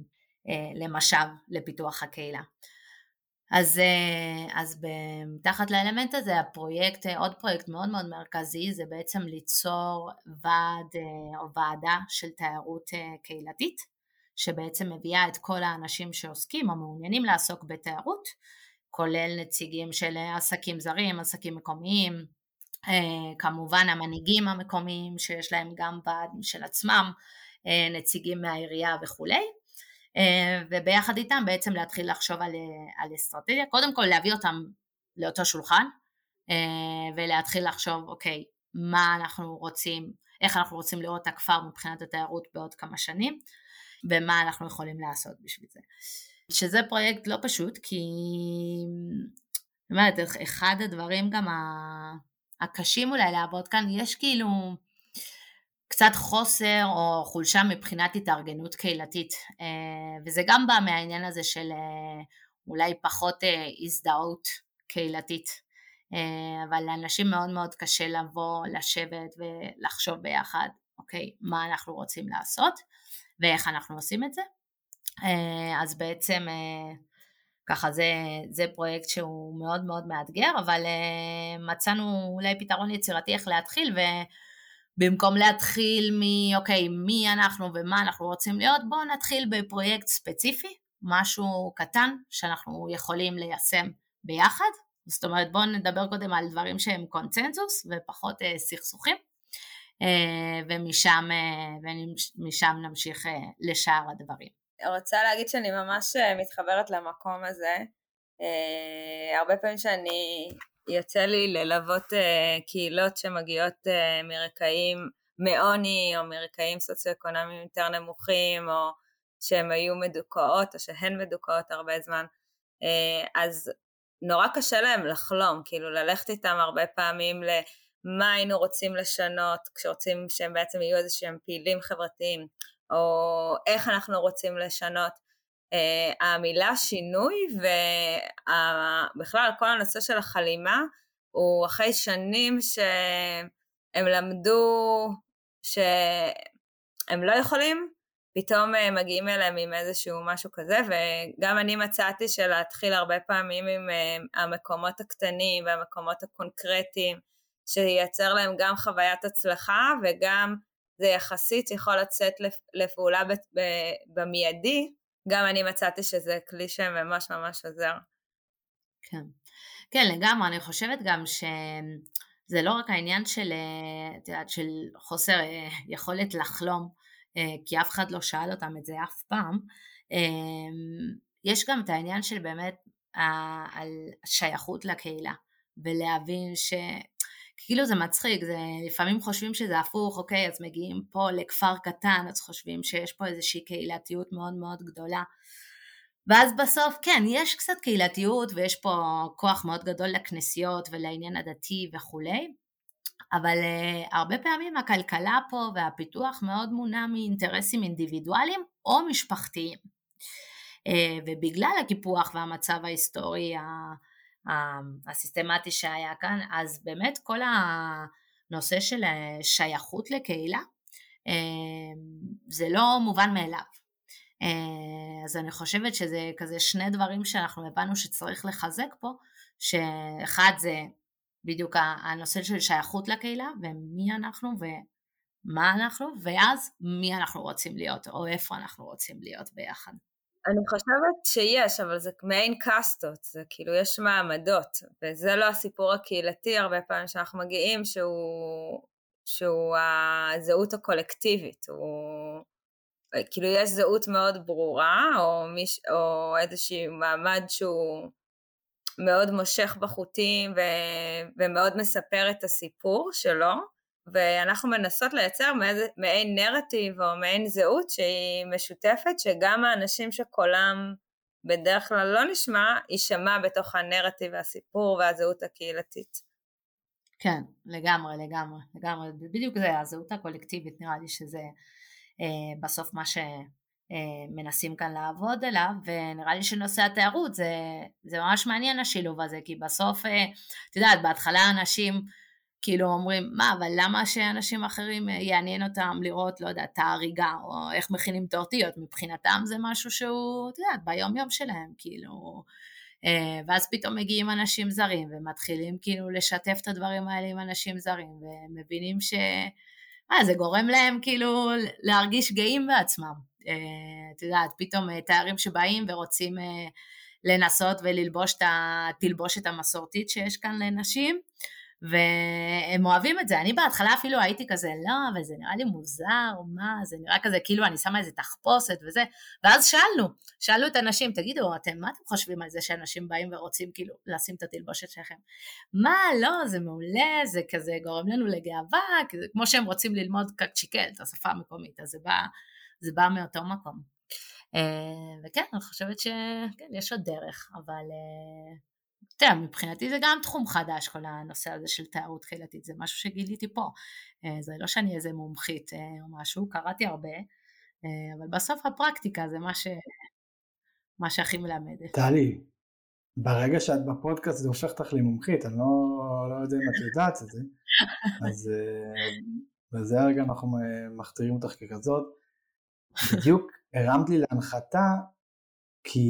למשאב לפיתוח הקהילה. אז, אה, אז תחת לאלמנט הזה הפרויקט, עוד פרויקט מאוד מאוד מרכזי, זה בעצם ליצור ועד אה, או ועדה של תיירות אה, קהילתית, שבעצם מביאה את כל האנשים שעוסקים או מעוניינים לעסוק בתיירות, כולל נציגים של עסקים זרים, עסקים מקומיים, כמובן המנהיגים המקומיים שיש להם גם ועד של עצמם, נציגים מהעירייה וכו'. וביחד איתם בעצם להתחיל לחשוב על, על אסטרטגיה, קודם כל להביא אותם לאותו שולחן, ולהתחיל לחשוב, אוקיי, מה אנחנו רוצים, איך אנחנו רוצים לראות את הכפר מבחינת התיירות בעוד כמה שנים, ומה אנחנו יכולים לעשות בשביל זה. שזה פרויקט לא פשוט, כי זאת אומרת, אחד הדברים גם הקשים אולי לעבוד כאן, יש כאילו קצת חוסר או חולשה מבחינת התארגנות קהילתית, וזה גם בא מהעניין הזה של אולי פחות הזדהות קהילתית, אבל לאנשים מאוד מאוד קשה לבוא, לשבת ולחשוב ביחד, אוקיי, מה אנחנו רוצים לעשות ואיך אנחנו עושים את זה. אז בעצם ככה זה, זה פרויקט שהוא מאוד מאוד מאתגר, אבל מצאנו אולי פתרון יצירתי איך להתחיל, ובמקום להתחיל מ, אוקיי, מי אנחנו ומה אנחנו רוצים להיות, בואו נתחיל בפרויקט ספציפי, משהו קטן שאנחנו יכולים ליישם ביחד, זאת אומרת בואו נדבר קודם על דברים שהם קונצנזוס ופחות סכסוכים, ומשם, ומשם נמשיך לשאר הדברים. רוצה להגיד שאני ממש מתחברת למקום הזה, הרבה פעמים שאני יוצא לי ללוות קהילות שמגיעות מרקעים מעוני או מרקעים סוציו-אקונומיים יותר נמוכים, או שהן היו מדוכאות או שהן מדוכאות הרבה זמן, אז נורא קשה להם לחלום, כאילו ללכת איתם הרבה פעמים למה היינו רוצים לשנות, כשרוצים שהם בעצם יהיו איזה שהם פעילים חברתיים, או איך אנחנו רוצים לשנות. Uh, המילה שינוי ובכלל כל הנושא של החלימה הוא אחרי שנים שהם למדו שהם לא יכולים, פתאום uh, מגיעים אליהם עם איזשהו משהו כזה, וגם אני מצאתי שלהתחיל הרבה פעמים עם uh, המקומות הקטנים והמקומות הקונקרטיים, שייצר להם גם חוויית הצלחה וגם זה יחסית יכול לצאת לפעולה במיידי, גם אני מצאתי שזה כלי שממש ממש עוזר. כן, כן לגמרי, אני חושבת גם שזה לא רק העניין של, את יודעת, של חוסר יכולת לחלום, כי אף אחד לא שאל אותם את זה אף פעם, יש גם את העניין של באמת על שייכות לקהילה, ולהבין ש... כאילו זה מצחיק, זה, לפעמים חושבים שזה הפוך, אוקיי, אז מגיעים פה לכפר קטן, אז חושבים שיש פה איזושהי קהילתיות מאוד מאוד גדולה, ואז בסוף, כן, יש קצת קהילתיות, ויש פה כוח מאוד גדול לכנסיות, ולעניין הדתי וכולי, אבל uh, הרבה פעמים הכלכלה פה, והפיתוח מאוד מונע מאינטרסים אינדיבידואליים, או משפחתיים, uh, ובגלל הקיפוח והמצב ההיסטורי, ה... הסיסטמטי שהיה כאן, אז באמת כל הנושא של שייכות לקהילה, זה לא מובן מאליו. אז אני חושבת שזה כזה שני דברים שאנחנו הבנו שצריך לחזק פה, שאחד זה בדיוק הנושא של שייכות לקהילה, ומי אנחנו ומה אנחנו, ואז מי אנחנו רוצים להיות, או איפה אנחנו רוצים להיות ביחד. אני חושבת שיש, אבל זה מעין קאסטות, זה כאילו יש מעמדות, וזה לא הסיפור הקהילתי הרבה פעמים שאנחנו מגיעים, שהוא, שהוא הזהות הקולקטיבית, הוא, כאילו יש זהות מאוד ברורה, או, מיש, או איזשהו מעמד שהוא מאוד מושך בחוטים, ו, ומאוד מספר את הסיפור שלו, ואנחנו מנסות לייצר מעין נרטיב או מעין זהות שהיא משותפת, שגם האנשים שקולם בדרך כלל לא נשמע, יישמע בתוך הנרטיב והסיפור והזהות הקהילתית. כן, לגמרי, לגמרי, לגמרי, בדיוק זה, הזהות הקולקטיבית נראה לי שזה אה, בסוף מה שמנסים כאן לעבוד עליו, ונראה לי שנושא התיירות זה, זה ממש מעניין השילוב הזה, כי בסוף, אה, את יודעת, בהתחלה אנשים כאילו אומרים, מה, אבל למה שאנשים אחרים יעניין אותם לראות, לא יודע, את ההריגה, או איך מכינים תורתיות, מבחינתם זה משהו שהוא, את יודעת, ביום יום שלהם, כאילו, ואז פתאום מגיעים אנשים זרים, ומתחילים כאילו לשתף את הדברים האלה עם אנשים זרים, ומבינים ש... אה, זה גורם להם כאילו להרגיש גאים בעצמם, את יודעת, פתאום תיירים שבאים ורוצים לנסות וללבוש את התלבושת המסורתית שיש כאן לנשים, והם אוהבים את זה. אני בהתחלה אפילו הייתי כזה, לא, אבל זה נראה לי מוזר, מה, זה נראה כזה, כאילו אני שמה איזה תחפושת וזה, ואז שאלנו, שאלנו את האנשים, תגידו, אתם, מה אתם חושבים על זה שאנשים באים ורוצים כאילו לשים את התלבושת שלכם? מה, לא, זה מעולה, זה כזה גורם לנו לגאווה, כזה, כמו שהם רוצים ללמוד קצ'יקל, את השפה המקומית, אז זה בא, זה בא מאותו מקום. וכן, אני חושבת שכן, יש עוד דרך, אבל... תראה, מבחינתי זה גם תחום חדש, כל הנושא הזה של תיירות קהילתית, זה משהו שגיליתי פה, זה לא שאני איזה מומחית או משהו, קראתי הרבה, אבל בסוף הפרקטיקה זה מה, ש... מה שהכי מלמדת. טלי, ברגע שאת בפודקאסט זה הופך אותך למומחית, אני לא, לא יודע אם את יודעת את זה, אז בזה הרגע אנחנו מכתירים אותך ככזאת, בדיוק הרמת לי להנחתה, כי...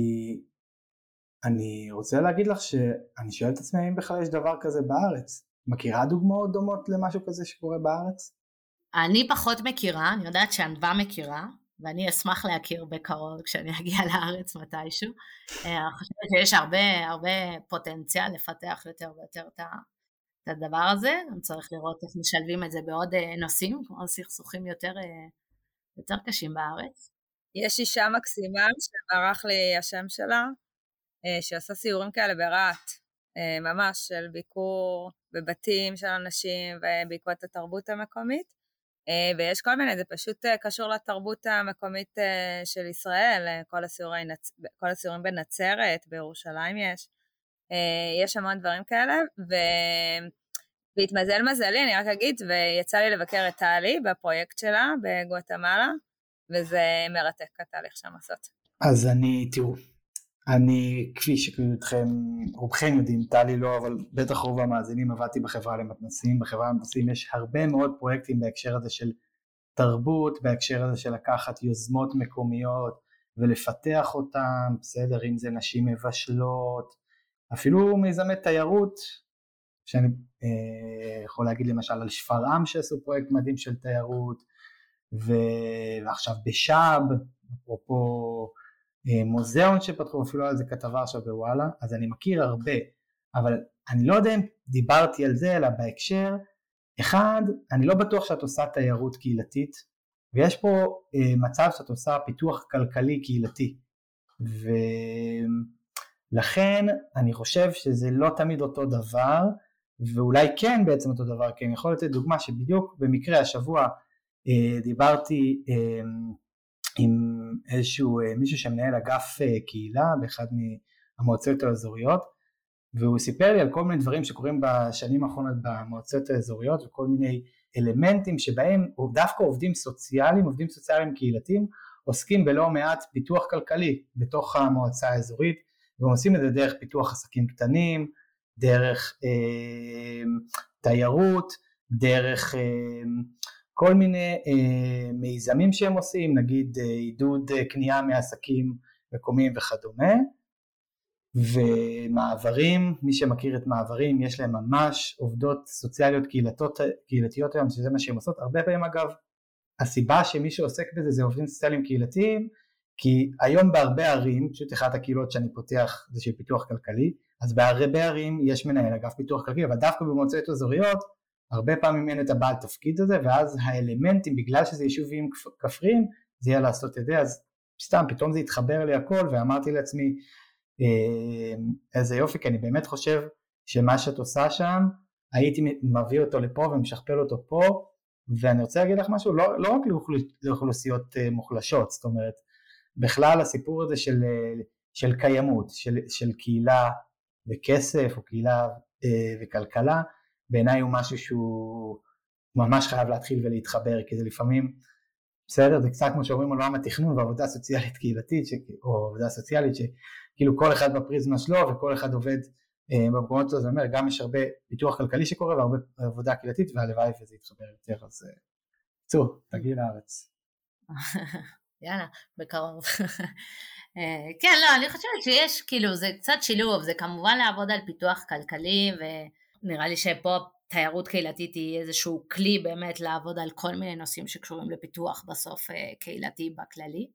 אני רוצה להגיד לך שאני שואל את עצמי אם בכלל יש דבר כזה בארץ. מכירה דוגמאות דומות למשהו כזה שקורה בארץ? אני פחות מכירה, אני יודעת שענווה מכירה, ואני אשמח להכיר בקרוב כשאני אגיע לארץ מתישהו. אני חושבת שיש הרבה, הרבה פוטנציאל לפתח יותר ויותר את הדבר הזה, אני צריך לראות איך משלבים את זה בעוד נושאים, כמו סכסוכים יותר, יותר קשים בארץ. יש אישה מקסימה שמערך לי השם שלה, שעשה סיורים כאלה ברעת, ממש של ביקור בבתים של אנשים ובעקבות התרבות המקומית, ויש כל מיני, זה פשוט קשור לתרבות המקומית של ישראל, כל הסיורים, כל הסיורים בנצרת, בירושלים יש, יש המון דברים כאלה, ו... והתמזל מזלי, אני רק אגיד, ויצא לי לבקר את טלי בפרויקט שלה בגואטמלה, וזה מרתק התהליך שם לעשות. אז אני, תראו, אני, כפי שכולכם, רובכם יודעים, טלי לא, אבל בטח רוב המאזינים, עבדתי בחברה למתנסים, בחברה למתנסים יש הרבה מאוד פרויקטים בהקשר הזה של תרבות, בהקשר הזה של לקחת יוזמות מקומיות ולפתח אותן, בסדר, אם זה נשים מבשלות, אפילו מיזמי תיירות, שאני אה, יכול להגיד למשל על שפרעם שעשו פרויקט מדהים של תיירות, ועכשיו בשאב, אפרופו אה, מוזיאון שפתחו, אפילו על זה כתבה עכשיו בוואלה, אז אני מכיר הרבה, אבל אני לא יודע אם דיברתי על זה, אלא בהקשר, אחד, אני לא בטוח שאת עושה תיירות קהילתית, ויש פה אה, מצב שאת עושה פיתוח כלכלי קהילתי, ולכן אני חושב שזה לא תמיד אותו דבר, ואולי כן בעצם אותו דבר, כי אני יכול לתת דוגמה שבדיוק במקרה השבוע אה, דיברתי אה, עם איזשהו אה, מישהו שמנהל אגף אה, קהילה באחד מהמועצות האזוריות, והוא סיפר לי על כל מיני דברים שקורים בשנים האחרונות במועצות האזוריות, וכל מיני אלמנטים שבהם דווקא עובדים סוציאליים, עובדים סוציאליים קהילתיים, עוסקים בלא מעט פיתוח כלכלי בתוך המועצה האזורית, והם עושים את זה דרך פיתוח עסקים קטנים, דרך אה, תיירות, דרך אה, כל מיני אה, מיזמים שהם עושים, נגיד אה, עידוד אה, קנייה מעסקים מקומיים וכדומה, ומעברים, מי שמכיר את מעברים, יש להם ממש עובדות סוציאליות קהילתיות היום, שזה מה שהם עושות, הרבה פעמים אגב, הסיבה שמי שעוסק בזה זה עובדים סוציאליים קהילתיים, כי היום בהרבה ערים, פשוט אחת הקהילות שאני פותח זה של פיתוח כלכלי, אז בהרבה ערים יש מנהל אגף פיתוח כלכלי, אבל דווקא במועצות אזוריות, הרבה פעמים אין את הבעל תפקיד הזה, ואז האלמנטים, בגלל שזה יישובים כפריים, זה יהיה לעשות את זה, אז סתם, פתאום זה התחבר לי הכל, ואמרתי לעצמי, איזה יופי, כי אני באמת חושב שמה שאת עושה שם, הייתי מביא אותו לפה ומשכפל אותו פה, ואני רוצה להגיד לך משהו, לא, לא רק לאוכלוסיות מוחלשות, זאת אומרת, בכלל הסיפור הזה של, של קיימות, של, של קהילה וכסף, או קהילה וכלכלה, בעיניי הוא משהו שהוא ממש חייב להתחיל ולהתחבר, כי זה לפעמים, בסדר, זה קצת כמו שאומרים עולם התכנון ועבודה סוציאלית קהילתית, ש... או עבודה סוציאלית שכאילו כל אחד בפריזמה שלו וכל אחד עובד אה, במקומות שלו, זה אומר גם יש הרבה פיתוח כלכלי שקורה והרבה עבודה קהילתית, והלוואי וזה יתחבר יותר, אז צאו, תגיעי לארץ. יאללה, בקרוב. כן, לא, אני חושבת שיש, כאילו, זה קצת שילוב, זה כמובן לעבוד על פיתוח כלכלי, ונראה לי שפה תיירות קהילתית היא איזשהו כלי באמת לעבוד על כל מיני נושאים שקשורים לפיתוח בסוף קהילתי בכללי.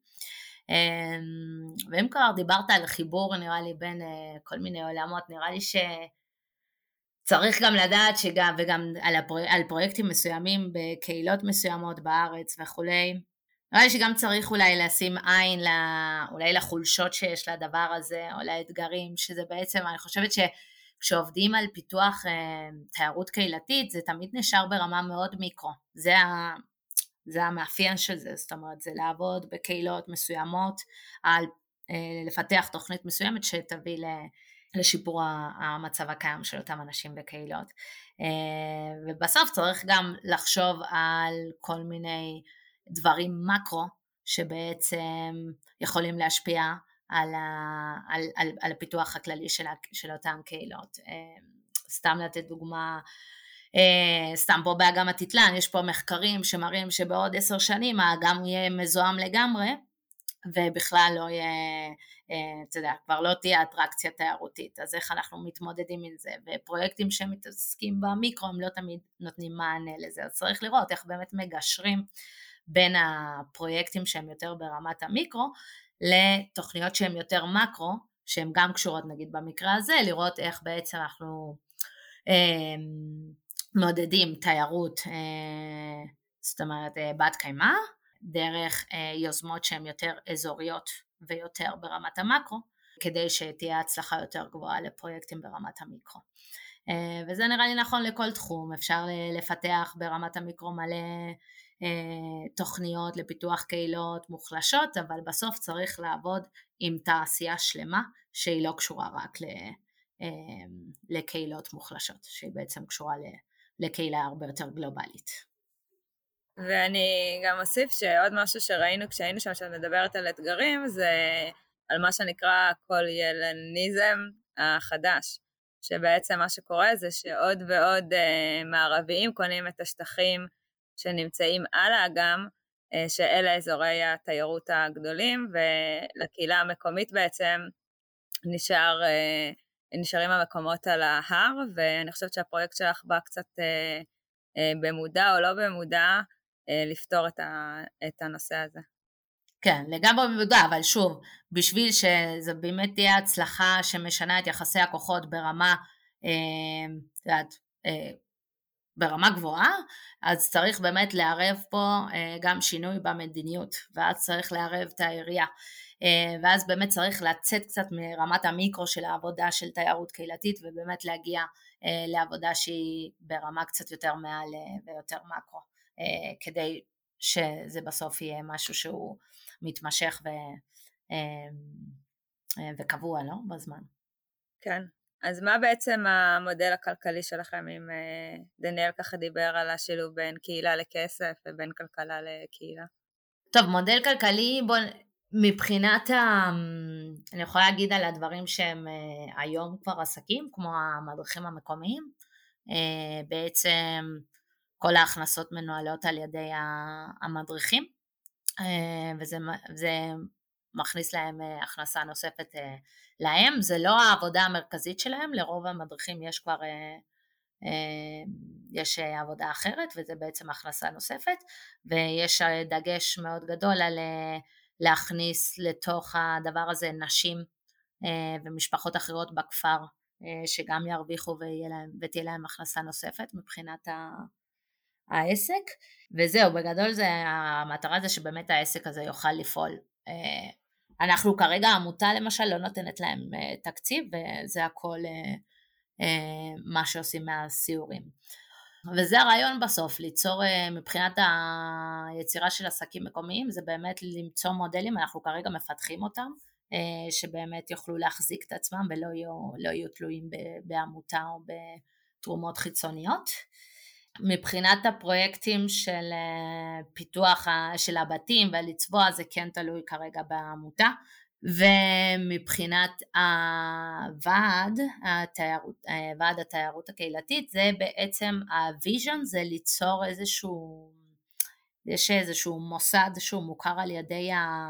ואם כבר דיברת על חיבור נראה לי בין כל מיני עולמות, נראה לי שצריך גם לדעת שגם, וגם על, הפרויק, על פרויקטים מסוימים בקהילות מסוימות בארץ וכולי, נראה לי שגם צריך אולי לשים עין אולי לחולשות שיש לדבר הזה, או לאתגרים, שזה בעצם, אני חושבת ש כשעובדים על פיתוח אה, תיירות קהילתית, זה תמיד נשאר ברמה מאוד מיקרו, זה, ה, זה המאפיין של זה, זאת אומרת, זה לעבוד בקהילות מסוימות, על אה, לפתח תוכנית מסוימת שתביא לשיפור המצב הקיים של אותם אנשים בקהילות, אה, ובסוף צריך גם לחשוב על כל מיני דברים מקרו, שבעצם יכולים להשפיע, על, ה, על, על, על הפיתוח הכללי של, של אותן קהילות. סתם לתת דוגמה, סתם פה באגם התתלן, יש פה מחקרים שמראים שבעוד עשר שנים האגם יהיה מזוהם לגמרי, ובכלל לא יהיה, אתה יודע, כבר לא תהיה אטרקציה תיירותית, אז איך אנחנו מתמודדים עם זה, ופרויקטים שמתעסקים במיקרו, הם לא תמיד נותנים מענה לזה, אז צריך לראות איך באמת מגשרים בין הפרויקטים שהם יותר ברמת המיקרו, לתוכניות שהן יותר מקרו, שהן גם קשורות נגיד במקרה הזה, לראות איך בעצם אנחנו אה, מעודדים תיירות, אה, זאת אומרת אה, בת קיימה, דרך אה, יוזמות שהן יותר אזוריות ויותר ברמת המקרו, כדי שתהיה הצלחה יותר גבוהה לפרויקטים ברמת המיקרו. אה, וזה נראה לי נכון לכל תחום, אפשר לפתח ברמת המיקרו מלא, תוכניות לפיתוח קהילות מוחלשות, אבל בסוף צריך לעבוד עם תעשייה שלמה שהיא לא קשורה רק לקהילות מוחלשות, שהיא בעצם קשורה לקהילה הרבה יותר גלובלית. ואני גם אוסיף שעוד משהו שראינו כשהיינו שם, שאת מדברת על אתגרים, זה על מה שנקרא קולוניאליזם החדש, שבעצם מה שקורה זה שעוד ועוד uh, מערביים קונים את השטחים שנמצאים על האגם, uh, שאלה אזורי התיירות הגדולים, ולקהילה המקומית בעצם נשאר, uh, נשארים המקומות על ההר, ואני חושבת שהפרויקט שלך בא קצת uh, uh, במודע או לא במודע, לפתור את, ה, את הנושא הזה. כן, לגמרי במודע, אבל שוב, בשביל שזה באמת תהיה הצלחה שמשנה את יחסי הכוחות ברמה, אה, יודעת, אה, ברמה גבוהה, אז צריך באמת לערב פה אה, גם שינוי במדיניות, ואז צריך לערב את העירייה, אה, ואז באמת צריך לצאת קצת מרמת המיקרו של העבודה של תיירות קהילתית, ובאמת להגיע אה, לעבודה שהיא ברמה קצת יותר מעל ויותר מקרו. Uh, כדי שזה בסוף יהיה משהו שהוא מתמשך ו, uh, uh, וקבוע, לא? בזמן. כן. אז מה בעצם המודל הכלכלי שלכם, אם uh, דניאל ככה דיבר על השילוב בין קהילה לכסף ובין כלכלה לקהילה? טוב, מודל כלכלי, בוא, מבחינת, ה, אני יכולה להגיד על הדברים שהם uh, היום כבר עסקים, כמו המדריכים המקומיים, uh, בעצם כל ההכנסות מנוהלות על ידי המדריכים, וזה, זה מכניס להם הכנסה נוספת להם, זה לא העבודה המרכזית שלהם, לרוב המדריכים יש כבר, יש עבודה אחרת, וזה בעצם הכנסה נוספת, ויש דגש מאוד גדול על להכניס לתוך הדבר הזה נשים ומשפחות אחרות בכפר, שגם ירוויחו ותהיה להם הכנסה נוספת מבחינת ה... העסק, וזהו, בגדול זה, המטרה זה שבאמת העסק הזה יוכל לפעול. אנחנו כרגע, העמותה למשל לא נותנת להם תקציב, וזה הכל מה שעושים מהסיורים. וזה הרעיון בסוף, ליצור מבחינת היצירה של עסקים מקומיים, זה באמת למצוא מודלים, אנחנו כרגע מפתחים אותם, שבאמת יוכלו להחזיק את עצמם, ולא יהיו, לא יהיו תלויים בעמותה או בתרומות חיצוניות. מבחינת הפרויקטים של פיתוח של הבתים ולצבוע, זה כן תלוי כרגע בעמותה, ומבחינת הוועד, התיירות, ועד התיירות הקהילתית, זה בעצם הוויז'ן, זה ליצור איזשהו, יש איזשהו מוסד שהוא מוכר על ידי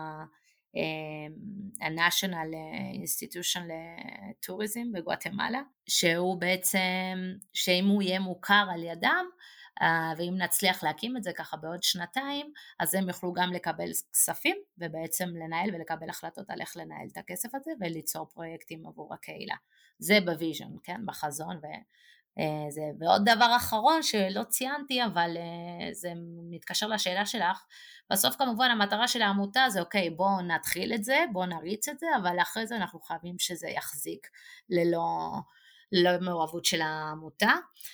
ה-National Institution לתוריזם בגואטמלה, שהוא בעצם, שאם הוא יהיה מוכר על ידם, ואם נצליח להקים את זה ככה בעוד שנתיים, אז הם יוכלו גם לקבל כספים, ובעצם לנהל ולקבל החלטות על איך לנהל את הכסף הזה, וליצור פרויקטים עבור הקהילה. זה בוויז'ן, כן, בחזון, וזה, ועוד דבר אחרון שלא ציינתי, אבל זה מתקשר לשאלה שלך, בסוף כמובן המטרה של העמותה זה, אוקיי, בואו נתחיל את זה, בואו נריץ את זה, אבל אחרי זה אנחנו חייבים שזה יחזיק ללא, ללא מעורבות של העמותה.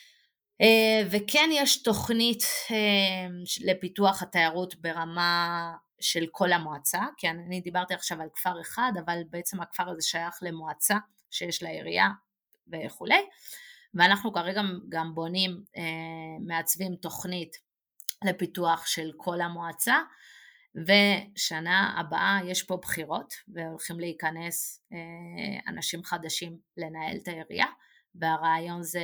וכן יש תוכנית לפיתוח התיירות ברמה של כל המועצה, כי אני דיברתי עכשיו על כפר אחד, אבל בעצם הכפר הזה שייך למועצה שיש לה עירייה וכו'. ואנחנו כרגע גם בונים, מעצבים תוכנית לפיתוח של כל המועצה, ושנה הבאה יש פה בחירות, והולכים להיכנס אנשים חדשים לנהל את העירייה, והרעיון זה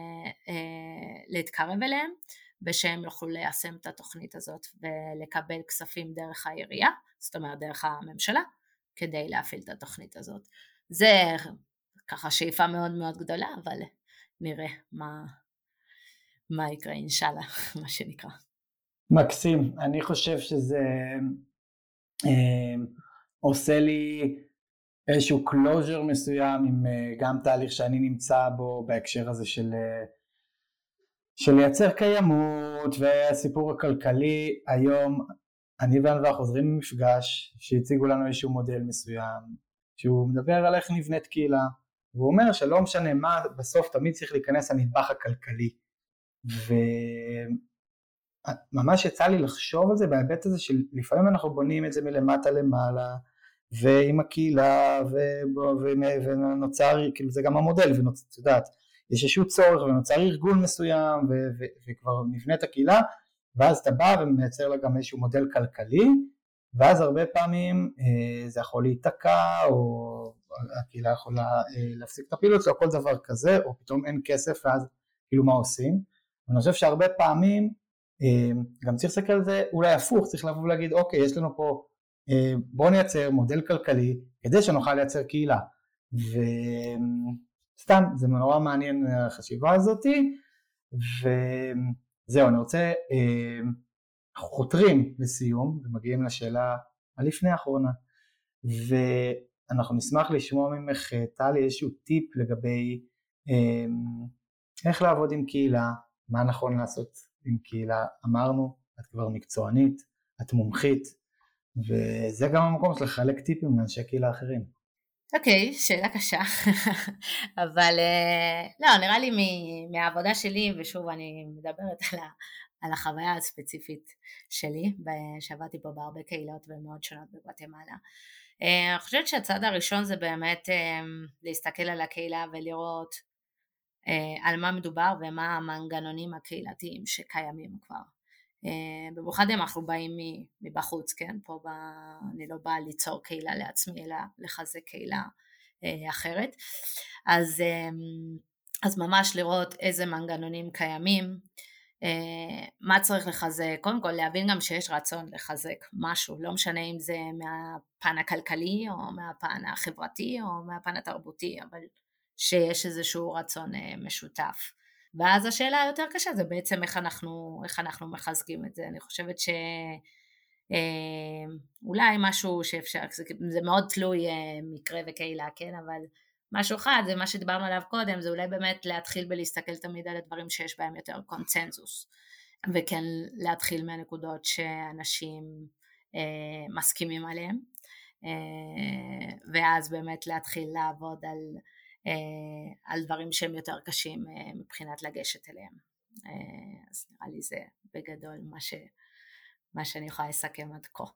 להתקרב אליהם, ושהם יוכלו ליישם את התוכנית הזאת, ולקבל כספים דרך העירייה, זאת אומרת דרך הממשלה, כדי להפעיל את התוכנית הזאת. זה ככה שאיפה מאוד מאוד גדולה, אבל נראה מה, מה יקרה, אינשאללה, מה שנקרא. מקסים, אני חושב שזה אה, עושה לי איזשהו קלוז'ר מסוים עם אה, גם תהליך שאני נמצא בו בהקשר הזה של, אה, של לייצר קיימות והסיפור הכלכלי. היום אני ואנווה חוזרים ממפגש שהציגו לנו איזשהו מודל מסוים שהוא מדבר על איך נבנית קהילה, והוא אומר שלא משנה מה, בסוף תמיד צריך להיכנס הנדבך הכלכלי, וממש יצא לי לחשוב על זה בהיבט הזה של לפעמים אנחנו בונים את זה מלמטה למעלה, ועם הקהילה, ונוצר, כאילו זה גם המודל, ואת יודעת, יש איזשהו צורך ונוצר ארגון מסוים, וכבר נבנה את הקהילה, ואז אתה בא ומייצר לה גם איזשהו מודל כלכלי, ואז הרבה פעמים זה יכול להיתקע, או הקהילה יכולה להפסיק את הפעילות, או כל דבר כזה, או פתאום אין כסף, ואז כאילו מה עושים? ואני חושב שהרבה פעמים, גם צריך לסתכל על זה, אולי הפוך, צריך לבוא ולהגיד, אוקיי, יש לנו פה, בואו נייצר מודל כלכלי, כדי שנוכל לייצר קהילה, וסתם, זה נורא מעניין החשיבה הזאת, וזהו, אני רוצה, אנחנו חותרים לסיום, ומגיעים לשאלה הלפני האחרונה, ואנחנו נשמח לשמוע ממך, טלי, איזשהו טיפ לגבי איך לעבוד עם קהילה, מה נכון לעשות עם קהילה, אמרנו, את כבר מקצוענית, את מומחית, וזה גם המקום של לחלק טיפים לאנשי קהילה אחרים. אוקיי, שאלה קשה, אבל לא, נראה לי מהעבודה שלי, ושוב אני מדברת על, ה, על החוויה הספציפית שלי, שעבדתי פה בהרבה קהילות ומאוד שונות בגואטמלה. אני חושבת שהצעד הראשון זה באמת להסתכל על הקהילה ולראות על מה מדובר ומה המנגנונים הקהילתיים שקיימים כבר. במיוחד אם אנחנו באים מבחוץ, כן? פה ב... אני לא באה ליצור קהילה לעצמי, אלא לחזק קהילה אחרת. אז, אז ממש לראות איזה מנגנונים קיימים, מה צריך לחזק, קודם כל להבין גם שיש רצון לחזק משהו, לא משנה אם זה מהפן הכלכלי או מהפן החברתי או מהפן התרבותי, אבל שיש איזשהו רצון משותף. ואז השאלה היותר קשה זה בעצם איך אנחנו, איך אנחנו מחזקים את זה. אני חושבת שאולי משהו שאפשר, זה מאוד תלוי מקרה וקהילה, כן, אבל משהו אחד, זה מה שדיברנו עליו קודם, זה אולי באמת להתחיל בלהסתכל תמיד על הדברים שיש בהם יותר קונצנזוס, וכן להתחיל מהנקודות שאנשים אה, מסכימים עליהם, אה, ואז באמת להתחיל לעבוד על, אה, על דברים שהם יותר קשים אה, מבחינת לגשת אליהם. אה, אז נראה לי זה בגדול מה, ש, מה שאני יכולה לסכם עד כה.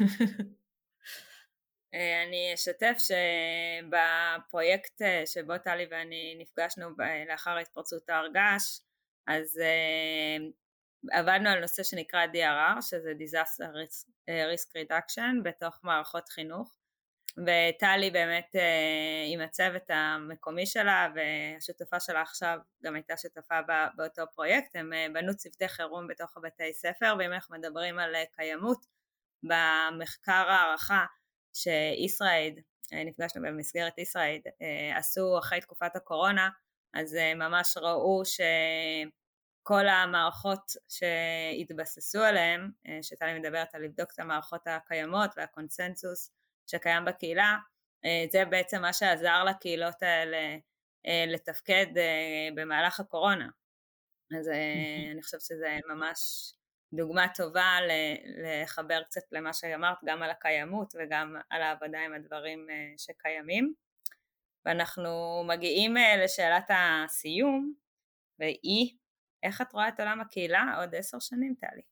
אני אשתף שבפרויקט שבו טלי ואני נפגשנו לאחר התפרצות ההרגש, אז עבדנו על נושא שנקרא די אר אר, שזה Disaster Risk Reduction בתוך מערכות חינוך, וטלי באמת עם הצוות המקומי שלה והשותפה שלה עכשיו גם הייתה שותפה באותו פרויקט, הם בנו צוותי חירום בתוך הבתי ספר, ואם אנחנו מדברים על קיימות, במחקר הערכה שישראל, נפגשנו במסגרת ישראל, עשו אחרי תקופת הקורונה, אז ממש ראו שכל המערכות שהתבססו עליהן, שטלי מדברת על לבדוק את המערכות הקיימות והקונסנזוס שקיים בקהילה, זה בעצם מה שעזר לקהילות האלה לתפקד במהלך הקורונה. אז אני חושבת שזה ממש דוגמה טובה לחבר קצת למה שאמרת, גם על הקיימות וגם על העבודה עם הדברים שקיימים. ואנחנו מגיעים לשאלת הסיום, והיא, איך את רואה את עולם הקהילה עוד עשר שנים, טלי?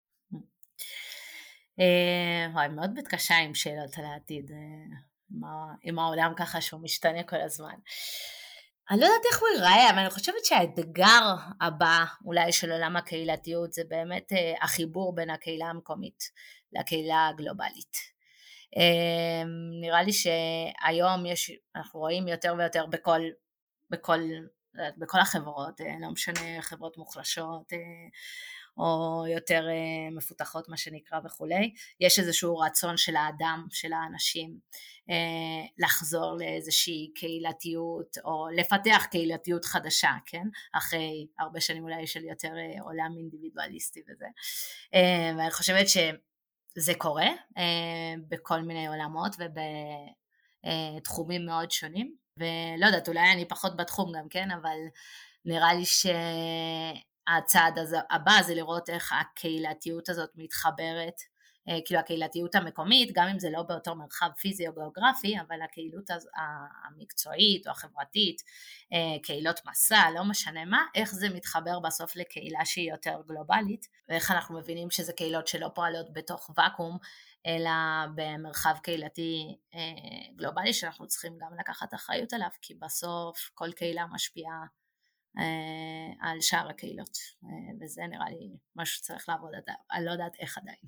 וואי, מאוד מתקשה עם שאלות על העתיד, עם העולם ככה שהוא משתנה כל הזמן. אני לא יודעת איך הוא ייראה, אבל אני חושבת שהאתגר הבא אולי של עולם הקהילתיות זה באמת החיבור בין הקהילה המקומית לקהילה הגלובלית. נראה לי שהיום יש, אנחנו רואים יותר ויותר בכל, בכל, בכל החברות, לא משנה חברות מוחלשות או יותר מפותחות מה שנקרא וכולי, יש איזשהו רצון של האדם, של האנשים, לחזור לאיזושהי קהילתיות, או לפתח קהילתיות חדשה, כן? אחרי הרבה שנים אולי של יותר עולם אינדיבידואליסטי וזה. ואני חושבת שזה קורה בכל מיני עולמות ובתחומים מאוד שונים, ולא יודעת, אולי אני פחות בתחום גם, כן? אבל נראה לי ש... הצעד הבא זה לראות איך הקהילתיות הזאת מתחברת, כאילו הקהילתיות המקומית, גם אם זה לא באותו מרחב פיזי או גיאוגרפי, אבל הקהילות המקצועית או החברתית, קהילות מסע, לא משנה מה, איך זה מתחבר בסוף לקהילה שהיא יותר גלובלית, ואיך אנחנו מבינים שזה קהילות שלא פועלות בתוך וקום, אלא במרחב קהילתי גלובלי שאנחנו צריכים גם לקחת אחריות עליו, כי בסוף כל קהילה משפיעה על שאר הקהילות, וזה נראה לי משהו שצריך לעבוד עליו, אני לא יודעת איך עדיין.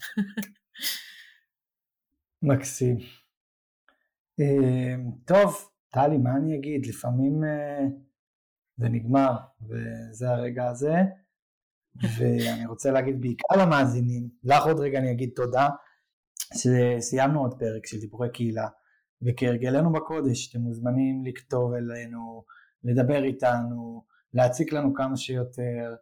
מקסים. טוב, טלי, מה אני אגיד? לפעמים זה נגמר, וזה הרגע הזה, ואני רוצה להגיד בעיקר למאזינים, לך עוד רגע אני אגיד תודה, שסיימנו עוד פרק של דיבורי קהילה, וכהרגלנו בקודש, אתם מוזמנים לכתוב אלינו, לדבר איתנו, להציק לנו כמה שיותר,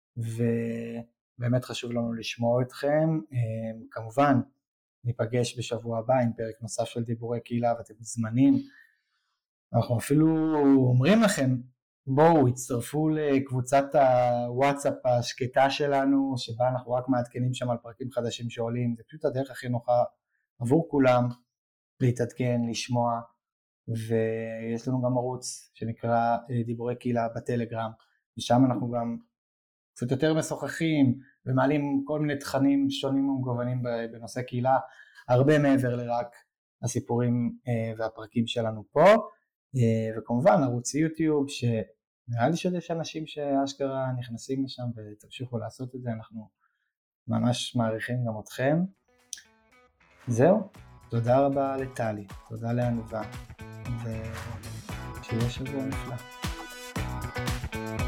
ובאמת חשוב לנו לשמוע אתכם. כמובן, ניפגש בשבוע הבא עם פרק נוסף של דיבורי קהילה, ואתם מוזמנים. אנחנו אפילו אומרים לכם, בואו, הצטרפו לקבוצת הוואטסאפ השקטה שלנו, שבה אנחנו רק מעדכנים שם על פרקים חדשים שעולים. זה פשוט הדרך הכי נוחה עבור כולם, להתעדכן, לשמוע, ויש לנו גם ערוץ שנקרא דיבורי קהילה בטלגרם, ושם אנחנו גם קצת יותר משוחחים, ומעלים כל מיני תכנים שונים ומגוונים בנושא קהילה, הרבה מעבר לרק הסיפורים והפרקים שלנו פה, וכמובן ערוץ יוטיוב, שנראה לי שיש אנשים שאשכרה נכנסים לשם, ותמשיכו לעשות את זה, אנחנו ממש מעריכים גם אתכם. זהו, תודה רבה לטלי, תודה לענווה, ושיהיה שבוע נפלא.